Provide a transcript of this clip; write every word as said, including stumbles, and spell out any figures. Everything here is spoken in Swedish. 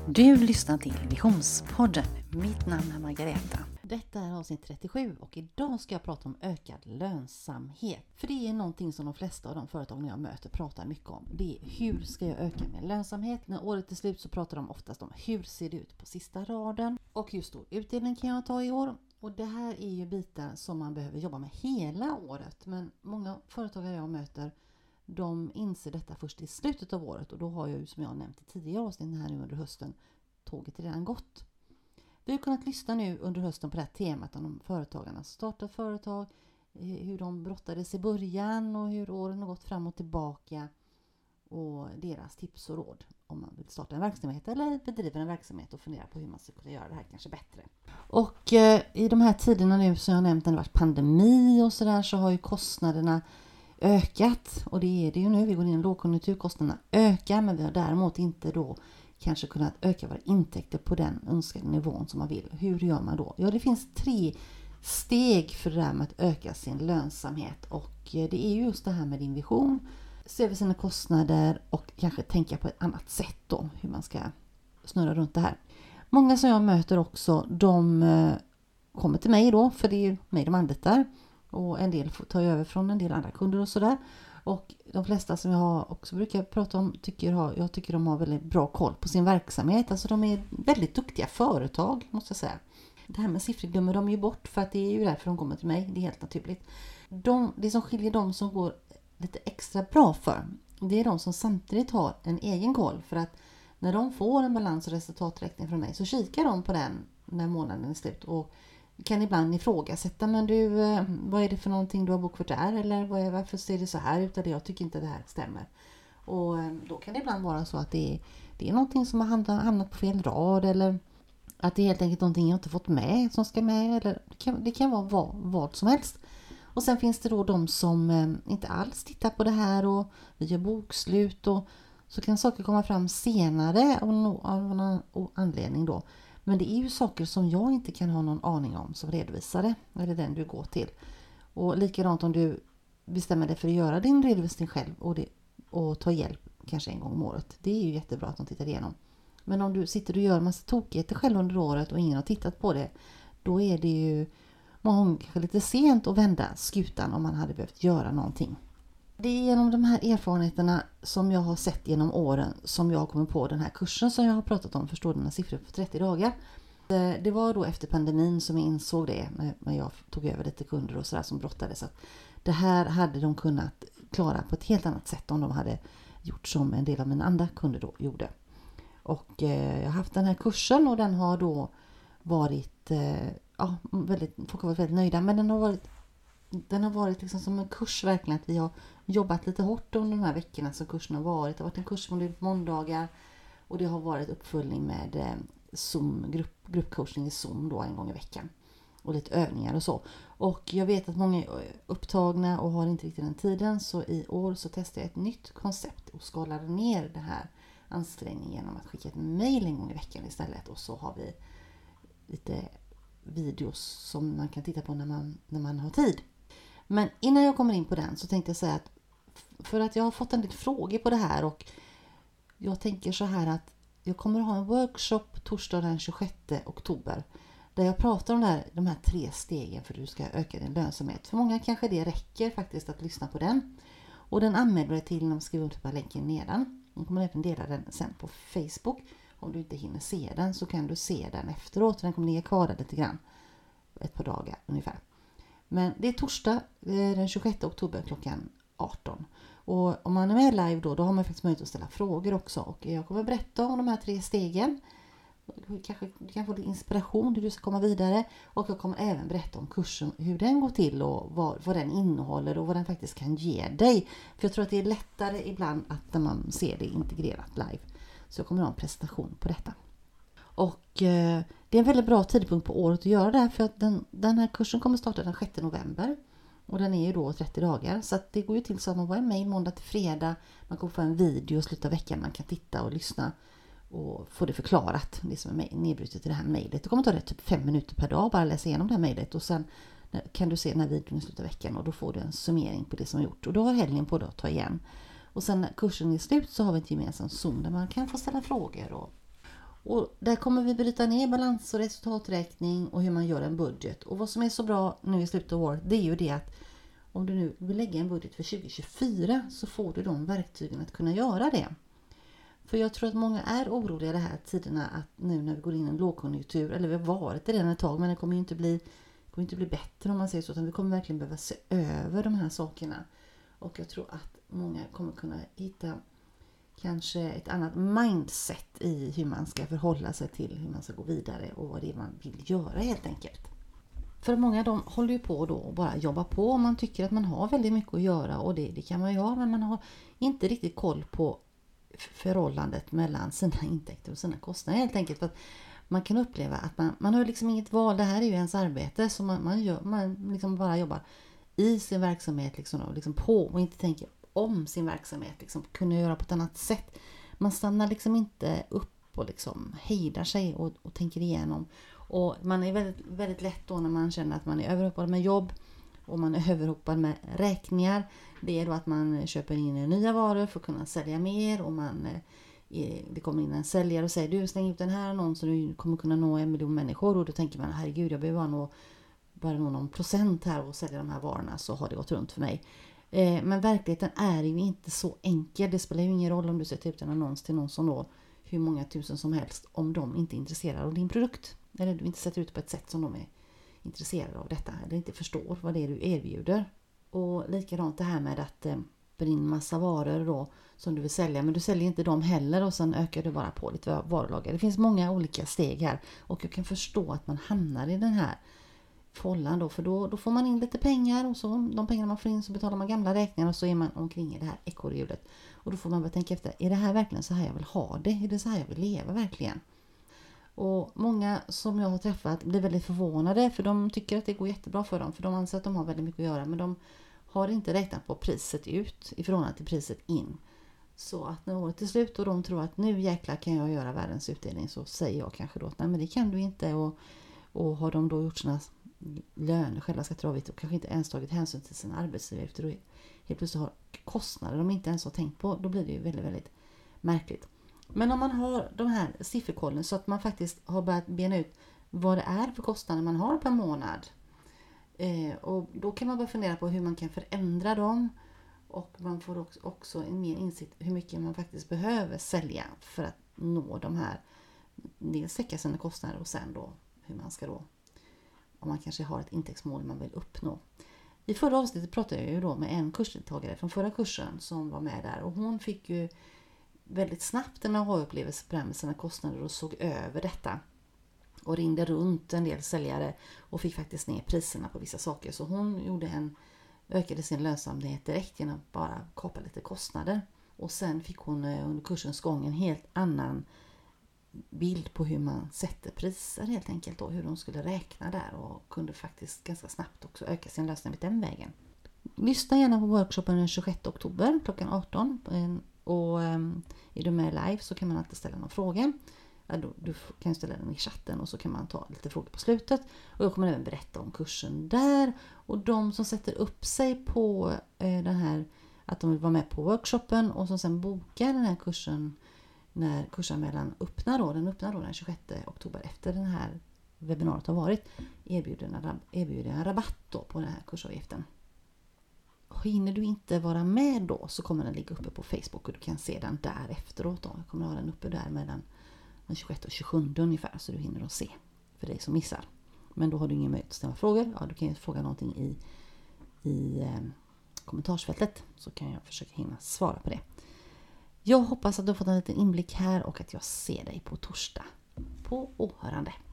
Du lyssnar till Visionspodden. Mitt namn är Margareta. Detta är avsnitt trettiosju och idag ska jag prata om ökad lönsamhet. För det är någonting som de flesta av de företagen jag möter pratar mycket om. Det är hur ska jag öka min lönsamhet? När året är slut så pratar de oftast om hur ser det ut på sista raden och hur stor utdelning kan jag ta i år? Och det här är ju bitar som man behöver jobba med hela året. Men många företagare jag möter, de inser detta först i slutet av året. Och då har jag ju, som jag nämnt i tidigare avsnitt här nu under hösten, tåget redan gått. Vi har kunnat lyssna nu under hösten på det här temat om företagarna startar företag, hur de brottades i början och hur åren har gått fram och tillbaka. Och deras tips och råd om man vill starta en verksamhet eller bedriva en verksamhet och fundera på hur man ska kunna göra det här kanske bättre. Och eh, i de här tiderna nu som jag nämnt, när det har varit pandemi och sådär, så har ju kostnaderna ökat. Och det är det ju nu, vi går in i en lågkonjunktur, kostnaderna ökar, men vi har däremot inte då kanske kunnat öka våra intäkter på den önskade nivån som man vill. Hur gör man då? Ja, det finns tre steg för det här med att öka sin lönsamhet. Och det är just det här med din vision, se över sina kostnader och kanske tänka på ett annat sätt då, hur man ska snurra runt det här. Många som jag möter också, de kommer till mig då, för det är ju mig de anlitar. Och en del får ta över från en del andra kunder och sådär. Och de flesta som jag också brukar prata om, tycker ha, jag tycker de har väldigt bra koll på sin verksamhet. Alltså de är väldigt duktiga företag, måste jag säga. Det här med siffror glömmer de ju bort, för att det är ju därför de kommer till mig. Det är helt naturligt. De, det som skiljer dem som går lite extra bra för, det är de som samtidigt har en egen koll. För att när de får en balans- och resultaträkning från mig så kikar de på den när månaden är slut och kan ibland ifrågasätta, men du, vad är det för någonting du har bokfört där? Eller vad är, varför ser det så här ut? Jag tycker inte det här stämmer. Och då kan det ibland vara så att det är, det är någonting som har hamnat, hamnat på fel rad, eller att det är helt enkelt någonting jag inte fått med som ska med. Eller det kan, det kan vara vad, vad som helst. Och sen finns det då de som inte alls tittar på det här och vi gör bokslut, och så kan saker komma fram senare av någon anledning då. Men det är ju saker som jag inte kan ha någon aning om som redovisare, eller den du går till. Och likadant om du bestämmer dig för att göra din redovisning själv och, det, och ta hjälp kanske en gång om året. Det är ju jättebra att de tittar igenom. Men om du sitter och gör en massa tokigheter själv under året och ingen har tittat på det, då är det ju många kanske lite sent att vända skutan om man hade behövt göra någonting. Det är genom de här erfarenheterna som jag har sett genom åren som jag har kommit på den här kursen som jag har pratat om, förstår dina siffror på trettio dagar. Det var då efter pandemin som jag insåg det, när jag tog över lite kunder och sådär som brottades, att det här hade de kunnat klara på ett helt annat sätt om de hade gjort som en del av mina andra kunder då gjorde. Och jag har haft den här kursen och den har då varit, ja, väldigt, folk har varit väldigt nöjda, men den har varit Den har varit liksom som en kurs verkligen, att vi har jobbat lite hårt under de här veckorna som kursen har varit. Det har varit en kursmodul på måndagar och det har varit uppföljning med Zoom, grupp, gruppcoachning i Zoom då en gång i veckan. Och lite övningar och så. Och jag vet att många är upptagna och har inte riktigt den tiden, så i år så testar jag ett nytt koncept och skalar ner det här ansträngningen genom att skicka ett mejl en gång i veckan istället. Och så har vi lite videos som man kan titta på när man, när man har tid. Men innan jag kommer in på den så tänkte jag säga att för att jag har fått en del frågor på det här, och jag tänker så här att jag kommer att ha en workshop torsdag den tjugosjätte oktober där jag pratar om det här, de här tre stegen för att du ska öka din lönsamhet. För många kanske det räcker faktiskt att lyssna på den. Och den anmäler dig till när man skriver upp på länken nedan. Jag kommer även dela den sen på Facebook. Om du inte hinner se den så kan du se den efteråt. Den kommer ligga kvar där lite grann. Ett par dagar ungefär. Men det är torsdag den tjugosjätte oktober klockan arton. Och om man är med live då, då har man faktiskt möjlighet att ställa frågor också. Och jag kommer berätta om de här tre stegen. Kanske du kan få lite inspiration hur du ska komma vidare. Och jag kommer även berätta om kursen, hur den går till och vad, vad den innehåller och vad den faktiskt kan ge dig. För jag tror att det är lättare ibland att när man ser det integrerat live. Så jag kommer att ha en presentation på detta. Och eh, det är en väldigt bra tidpunkt på året att göra det här, för att den, den här kursen kommer starta den sjätte november. Och den är ju då trettio dagar. Så att det går ju till så att man får en mejl måndag till fredag. Man kommer få en video i slutet av veckan. Man kan titta och lyssna och få det förklarat. Det som är nedbrutet i det här mejlet. Det kommer ta det typ fem minuter per dag bara läsa igenom det här mejlet. Och sen kan du se den här videon i slutet av veckan. Och då får du en summering på det som är gjort. Och då har helgen på det att ta igen. Och sen när kursen är slut så har vi ett gemensamt Zoom där man kan få ställa frågor. Och, Och där kommer vi bryta ner balans- och resultaträkning och hur man gör en budget. Och vad som är så bra nu i slutet av året, det är ju det att om du nu vill lägga en budget för tjugo tjugofyra så får du de verktygen att kunna göra det. För jag tror att många är oroliga i de här tiderna att nu när vi går in i en lågkonjunktur, eller vi har varit det redan ett tag, men det kommer ju inte bli, kommer inte bli bättre om man säger så, utan vi kommer verkligen behöva se över de här sakerna. Och jag tror att många kommer kunna hitta kanske ett annat mindset i hur man ska förhålla sig till hur man ska gå vidare och vad det är man vill göra helt enkelt. För många de håller ju på då och bara jobbar på och man tycker att man har väldigt mycket att göra och det, det kan man ju ha, men man har inte riktigt koll på förhållandet mellan sina intäkter och sina kostnader helt enkelt. För att man kan uppleva att man, man har liksom inget val, det här är ju ens arbete så man, man, gör, man liksom bara jobbar i sin verksamhet liksom, och liksom på och inte tänker om sin verksamhet, liksom kunna göra på ett annat sätt. Man stannar liksom inte upp och liksom hejdar sig och, och tänker igenom. Och man är väldigt, väldigt lätt då när man känner att man är överhoppad med jobb och man är överhoppad med räkningar. Det är då att man köper in nya varor för att kunna sälja mer och man, det kommer in en säljare och säger du släng ut den här annonsen så du kommer kunna nå en miljon människor och då tänker man herregud jag behöver nå bara nå någon procent här och sälja de här varorna så har det gått runt för mig. Men verkligheten är ju inte så enkel. Det spelar ju ingen roll om du sätter ut en annons till någon som då hur många tusen som helst om de inte är intresserade av din produkt. Eller du inte sätter ut på ett sätt som de är intresserade av detta. Eller inte förstår vad det är du erbjuder. Och likadant det här med att eh, brinna massa varor då som du vill sälja. Men du säljer inte dem heller och sen ökar du bara på ditt varulager. Det finns många olika steg här. Och jag kan förstå att man hamnar i den här fållan då. För då, då får man in lite pengar och så de pengarna man får in så betalar man gamla räkningar och så är man omkring i det här ekorrhjulet. Och då får man bara tänka efter, är det här verkligen så här jag vill ha det? Är det så här jag vill leva verkligen? Och många som jag har träffat blir väldigt förvånade för de tycker att det går jättebra för dem. För de anser att de har väldigt mycket att göra men de har inte räknat på priset ut i förhållande till priset in. Så att när året är slut och de tror att nu jäklar kan jag göra världens utdelning så säger jag kanske då att nej men det kan du inte. Och, och har de då gjort sina löner, själva skatter och avgifter och kanske inte ens tagit hänsyn till sina arbetsgivaravgifter och helt plötsligt har kostnader de inte ens har tänkt på, då blir det ju väldigt, väldigt märkligt. Men om man har de här sifferkollen så att man faktiskt har börjat bena ut vad det är för kostnader man har per månad. Eh, och då kan man börja fundera på hur man kan förändra dem. Och man får också, också en mer insikt hur mycket man faktiskt behöver sälja för att nå de här. Dels täcka sina kostnader och sen då hur man ska då, om man kanske har ett intäktsmål man vill uppnå. I förra avsnittet pratade jag ju då med en kursdeltagare från förra kursen som var med där. Och hon fick ju väldigt snabbt en aha-upplevelse på det här med sina kostnader och såg över detta. Och ringde runt en del säljare och fick faktiskt ner priserna på vissa saker. Så hon gjorde en, ökade sin lönsamhet direkt genom att bara kapa lite kostnader. Och sen fick hon under kursens gång en helt annan bild på hur man sätter priser helt enkelt. Då, hur de skulle räkna där och kunde faktiskt ganska snabbt också öka sin lönsamhet den vägen. Lyssna gärna på workshopen den tjugosjätte oktober klockan arton. Och um, är du med live så kan man alltid ställa någon fråga. Ja, då, du kan ställa den i chatten och så kan man ta lite frågor på slutet. Och jag kommer även berätta om kursen där. Och de som sätter upp sig på eh, den här, att de vill vara med på workshopen och som sen bokar den här kursen när kursanmälan öppnar då, den öppnar då den tjugosjätte oktober efter den här webbinariet har varit, erbjuder en, erbjuder en rabatt då på den här kursavgiften. Hinner du inte vara med då så kommer den ligga uppe på Facebook och du kan se den där efteråt då. Jag kommer ha den uppe där mellan den tjugosjätte och tjugosjunde ungefär så du hinner att se för dig som missar. Men då har du ingen möjlighet att ställa frågor. Ja, du kan ju fråga någonting i, i eh, kommentarsfältet så kan jag försöka hinna svara på det. Jag hoppas att du har fått en liten inblick här och att jag ser dig på torsdag. På åhörande.